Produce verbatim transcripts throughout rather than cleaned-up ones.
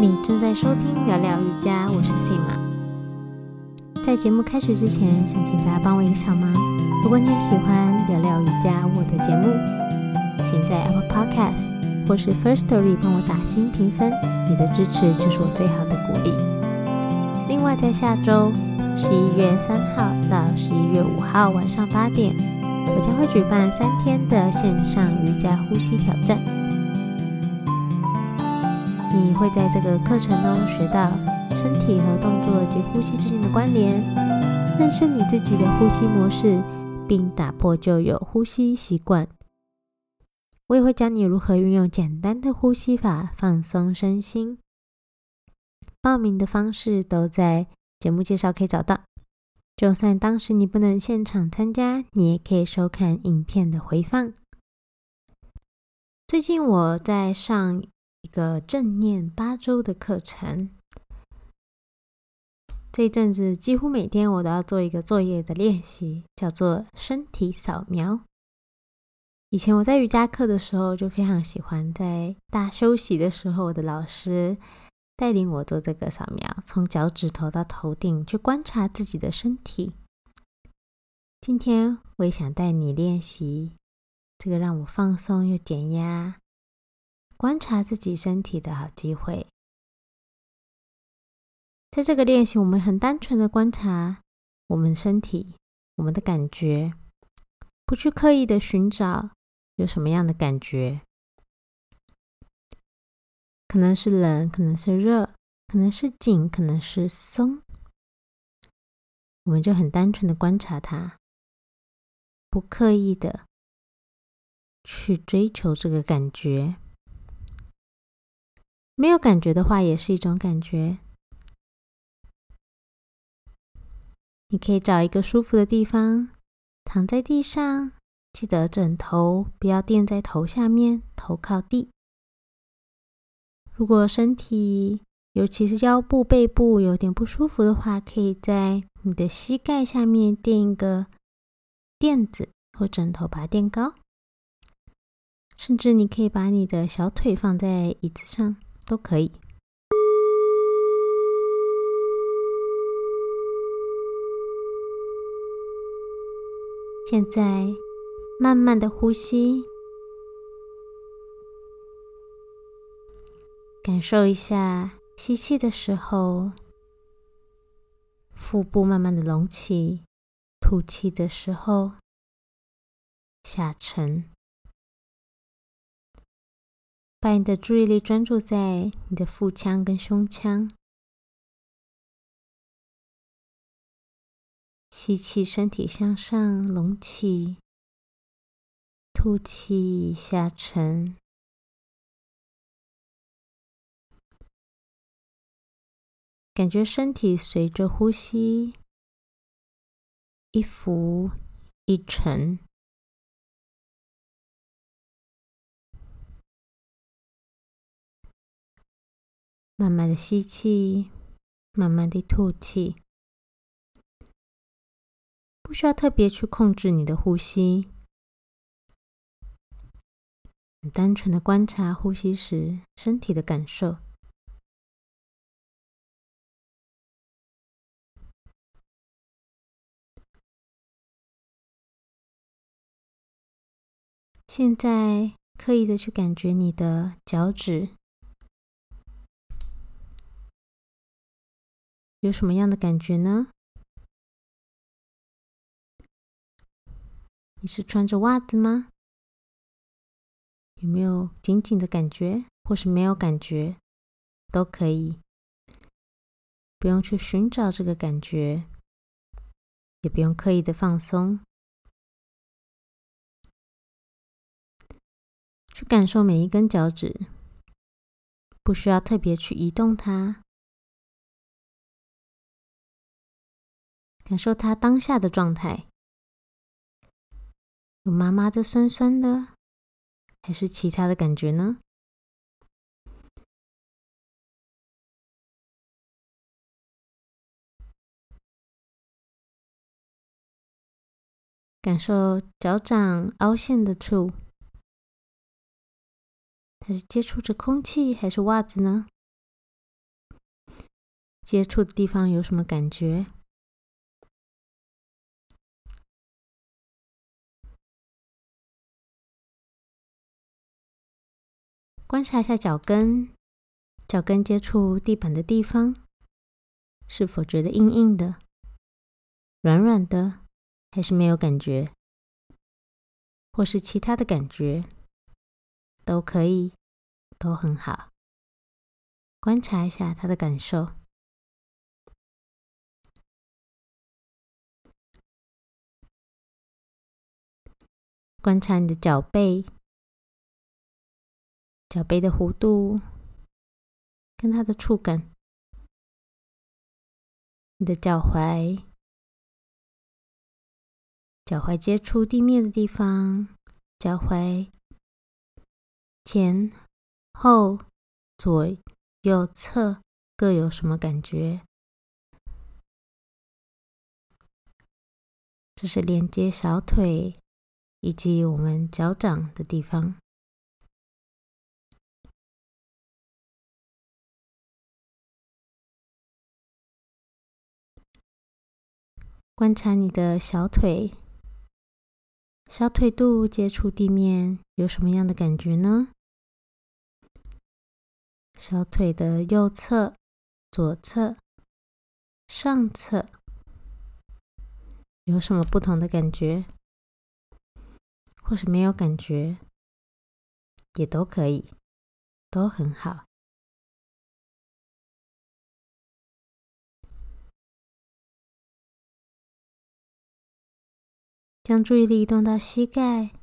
你正在收听聊聊瑜伽，我是 Sima。在节目开始之前，想请大家帮我一个小忙。如果你也喜欢聊聊瑜伽我的节目，请在 Apple Podcast 或是 Firstory 帮我打星评分，你的支持就是我最好的鼓励。另外，在下周十一月三号到十一月五号晚上八点，我将会举办三天的线上瑜伽呼吸挑战。你会在这个课程中学到身体和动作及呼吸之间的关联，认识你自己的呼吸模式，并打破旧有呼吸习惯。我也会教你如何运用简单的呼吸法放松身心。报名的方式都在节目介绍可以找到。就算当时你不能现场参加，你也可以收看影片的回放。最近我在上一个正念八周的课程，这一阵子几乎每天我都要做一个作业的练习，叫做身体扫描。以前我在瑜伽课的时候就非常喜欢在大休息的时候，我的老师带领我做这个扫描，从脚趾头到头顶去观察自己的身体。今天我也想带你练习这个让我放松又减压观察自己身体的好机会。在这个练习，我们很单纯的观察我们身体，我们的感觉，不去刻意的寻找有什么样的感觉，可能是冷，可能是热，可能是紧，可能是松，我们就很单纯的观察它，不刻意的去追求这个感觉。没有感觉的话，也是一种感觉。你可以找一个舒服的地方，躺在地上，记得枕头不要垫在头下面，头靠地。如果身体，尤其是腰部、背部有点不舒服的话，可以在你的膝盖下面垫一个垫子或枕头，把它垫高。甚至你可以把你的小腿放在椅子上，都可以。现在慢慢的呼吸，感受一下吸气的时候，腹部慢慢的隆起，吐气的时候下沉。把你的注意力专注在你的腹腔跟胸腔。吸气，身体向上隆起，吐气下沉。感觉身体随着呼吸一浮一沉。慢慢的吸气，慢慢的吐气，不需要特别去控制你的呼吸，很单纯的观察呼吸时身体的感受。现在刻意的去感觉你的脚趾，有什么样的感觉呢？你是穿着袜子吗？有没有紧紧的感觉，或是没有感觉，都可以。不用去寻找这个感觉，也不用刻意的放松，去感受每一根脚趾，不需要特别去移动它，感受它当下的状态。有麻麻的、酸酸的，还是其他的感觉呢？感受脚掌凹陷的处，它是接触着空气还是袜子呢？ 接触的地方有什么感觉？观察一下脚跟，脚跟接触地板的地方，是否觉得硬硬的、软软的，还是没有感觉？或是其他的感觉，都可以，都很好。观察一下它的感受。观察你的脚背，脚背的弧度跟它的触感，你的脚踝，脚踝接触地面的地方，脚踝前后左右侧各有什么感觉？这是连接小腿以及我们脚掌的地方。观察你的小腿，小腿肚接触地面有什么样的感觉呢？小腿的右侧、左侧、上侧有什么不同的感觉？或是没有感觉，也都可以，都很好。将注意力移动到膝盖，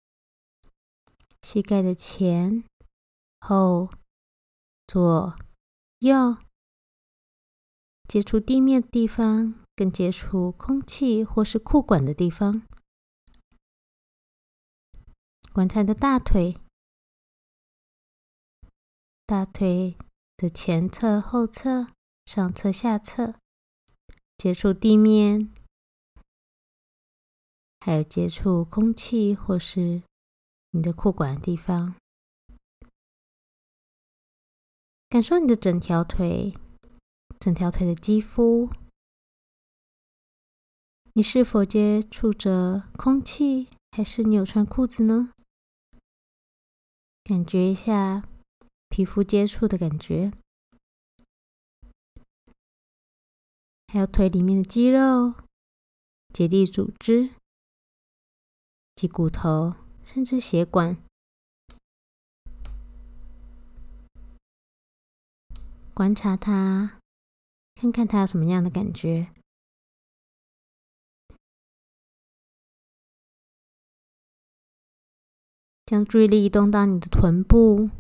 膝盖的前、后、左、右，接触地面的地方，跟接触空气或是裤管的地方。观察你的大腿，大腿的前侧、后侧、上侧、下侧，接触地面，还有接触空气或是你的裤管的地方。感受你的整条腿，整条腿的肌肤，你是否接触着空气，还是你有穿裤子呢？感觉一下皮肤接触的感觉，还有腿里面的肌肉、结缔组织及骨头，甚至血管。观察它，看看它有什么样的感觉。将注意力移动到你的臀部、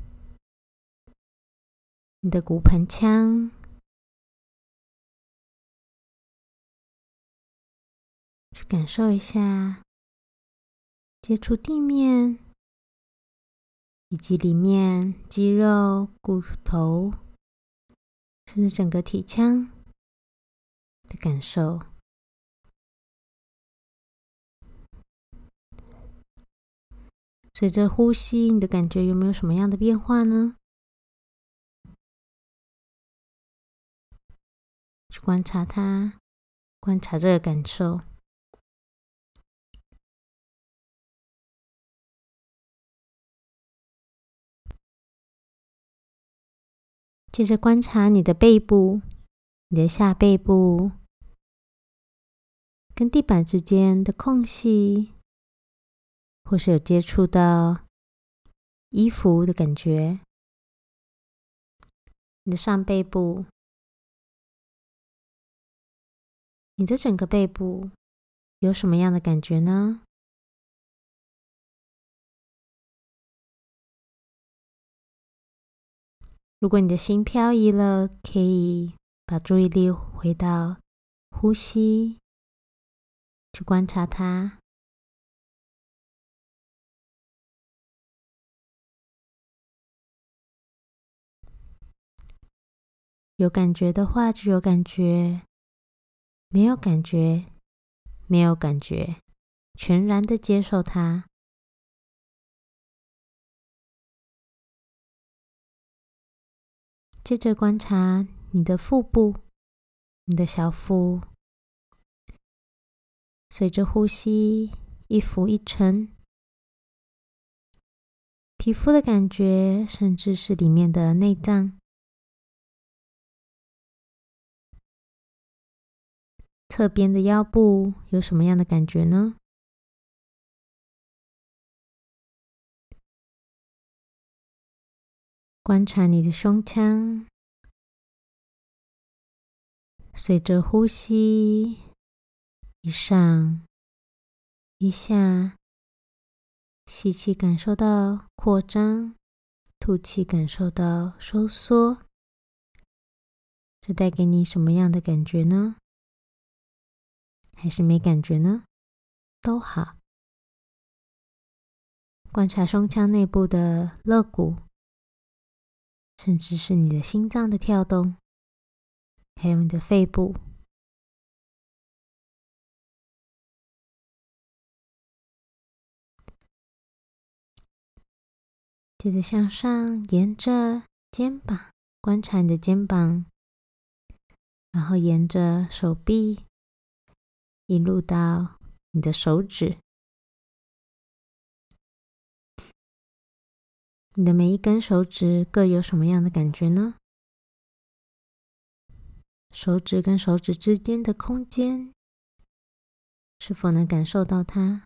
你的骨盆腔，去感受一下接触地面以及里面肌肉、骨头，甚至整个体腔的感受。随着呼吸，你的感觉有没有什么样的变化呢？去观察它，观察这个感受。接着观察你的背部，你的下背部跟地板之间的空隙，或是有接触到衣服的感觉。你的上背部，你的整个背部有什么样的感觉呢？如果你的心飘移了，可以把注意力回到呼吸，去观察它。有感觉的话就有感觉，没有感觉，没有感觉，全然的接受它。接着观察你的腹部， 你的小腹，随着呼吸一浮一沉，皮肤的感觉，甚至是里面的内脏。侧边的腰部有什么样的感觉呢？观察你的胸腔，随着呼吸一上一下，吸气感受到扩张，吐气感受到收缩，这带给你什么样的感觉呢？还是没感觉呢？都好。观察胸腔内部的肋骨，甚至是你的心脏的跳动，还有你的肺部。接着向上，沿着肩膀观察你的肩膀，然后沿着手臂一路到你的手指。你的每一根手指各有什么样的感觉呢？手指跟手指之间的空间，是否能感受到它？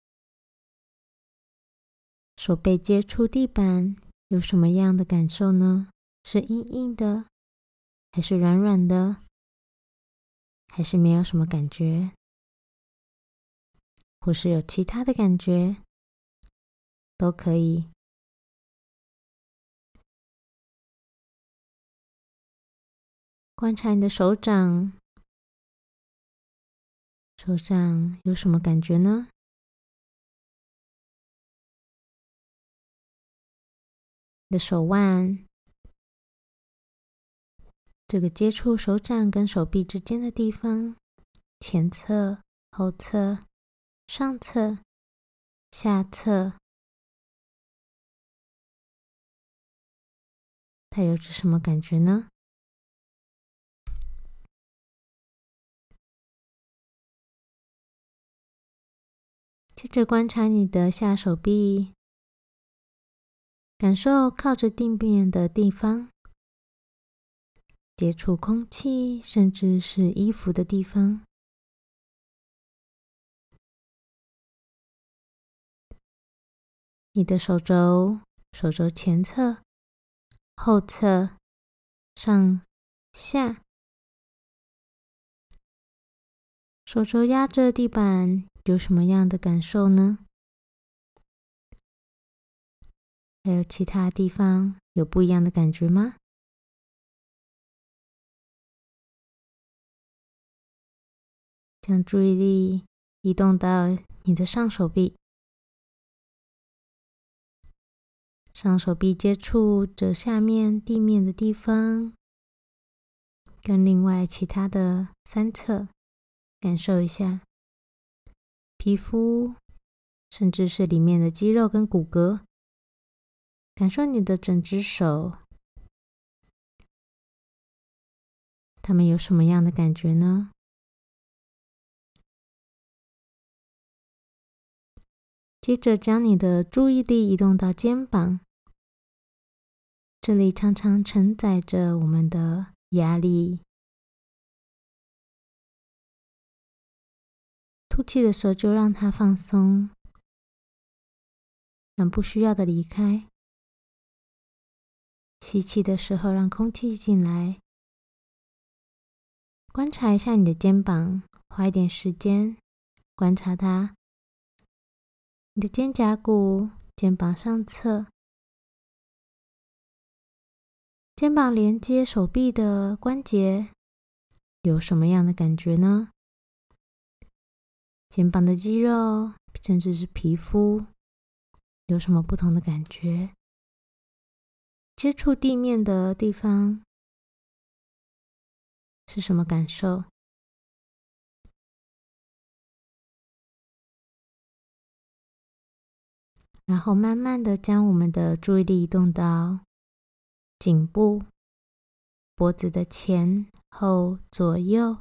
手背接触地板有什么样的感受呢？是硬硬的，还是软软的，还是没有什么感觉，或是有其他的感觉，都可以。观察你的手掌，手掌有什么感觉呢？你的手腕，这个接触手掌跟手臂之间的地方，前侧、后侧、上侧、下侧，它有着什么感觉呢？接着观察你的下手臂，感受靠着地面的地方，接触空气，甚至是衣服的地方。你的手肘，手肘前侧、后侧、上下，手肘压着地板，有什么样的感受呢？还有其他地方有不一样的感觉吗？将注意力移动到你的上手臂，上手臂接触着下面地面的地方，跟另外其他的三侧感受一下皮肤，甚至是里面的肌肉跟骨骼，感受你的整只手，它们有什么样的感觉呢？接着将你的注意力移动到肩膀，这里常常承载着我们的压力。吐气的时候就让它放松，让不需要的离开。吸气的时候让空气进来。观察一下你的肩膀，花一点时间观察它。你的肩胛骨、肩膀上侧、肩膀连接手臂的关节有什么样的感觉呢？肩膀的肌肉，甚至是皮肤，有什么不同的感觉？接触地面的地方是什么感受？然后慢慢的将我们的注意力移动到颈部， 脖子的前后左右，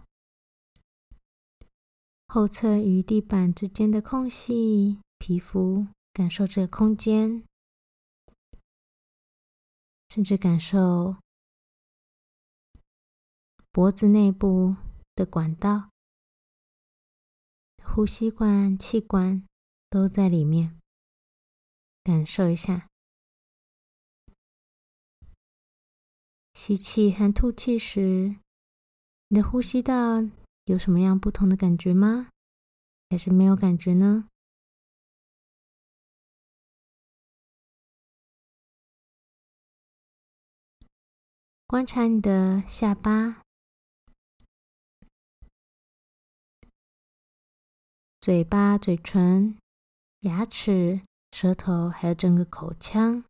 后侧与地板之间的空隙，皮肤感受这个空间，甚至感受脖子内部的管道，呼吸管、气管都在里面，感受一下。吸气和吐气时，你的呼吸道有什么样不同的感觉吗？还是没有感觉呢？观察你的下巴、嘴巴、嘴唇、牙齿、舌头，还有整个口腔。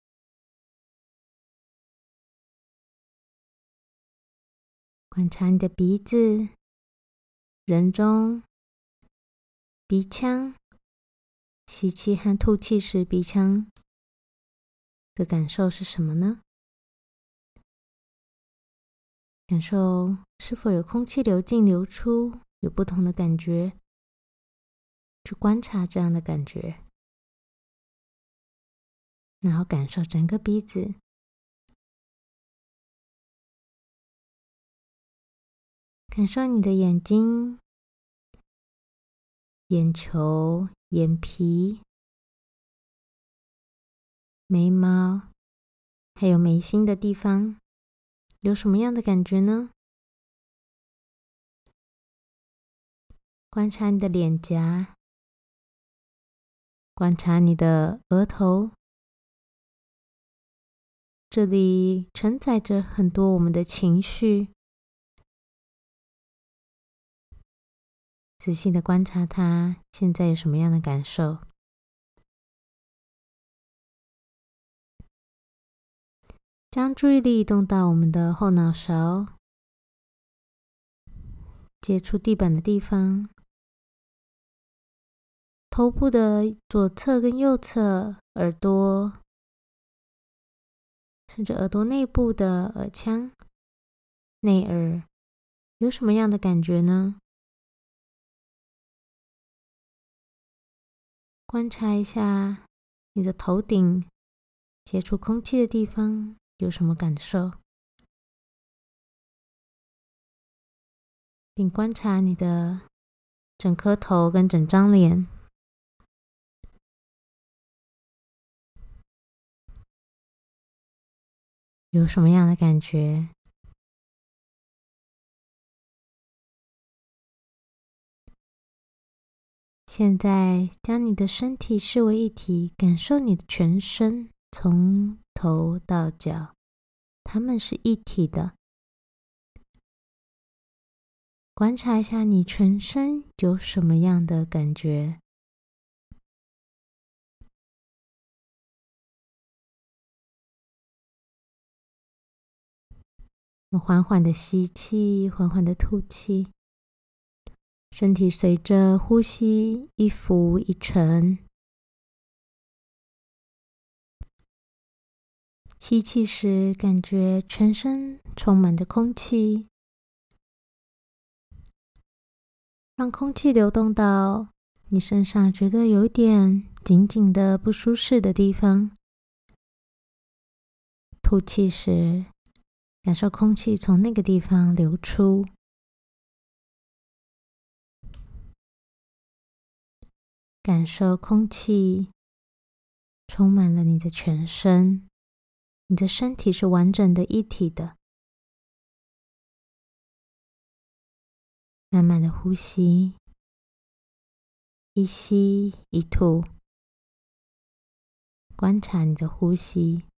观察你的鼻子、人中、鼻腔，吸气和吐气时鼻腔的感受是什么呢？感受是否有空气流进流出，有不同的感觉，去观察这样的感觉，然后感受整个鼻子，感受你的眼睛、眼球、眼皮、眉毛，还有眉心的地方，有什么样的感觉呢？观察你的脸颊，观察你的额头，这里承载着很多我们的情绪，仔细的观察它，现在有什么样的感受？将注意力移动到我们的后脑勺，接触地板的地方，头部的左侧跟右侧，耳朵，甚至耳朵内部的耳腔、内耳，有什么样的感觉呢？观察一下你的头顶接触空气的地方有什么感受，并观察你的整颗头跟整张脸有什么样的感觉。现在将你的身体视为一体，感受你的全身从头到脚，它们是一体的。观察一下你全身有什么样的感觉。我们缓缓的吸气，缓缓的吐气，身体随着呼吸一浮一沉。吸气时，感觉全身充满着空气，让空气流动到你身上觉得有一点紧紧的不舒适的地方。吐气时，感受空气从那个地方流出，感受空气充满了你的全身，你的身体是完整的一体的。慢慢的呼吸，一吸一吐，观察你的呼吸。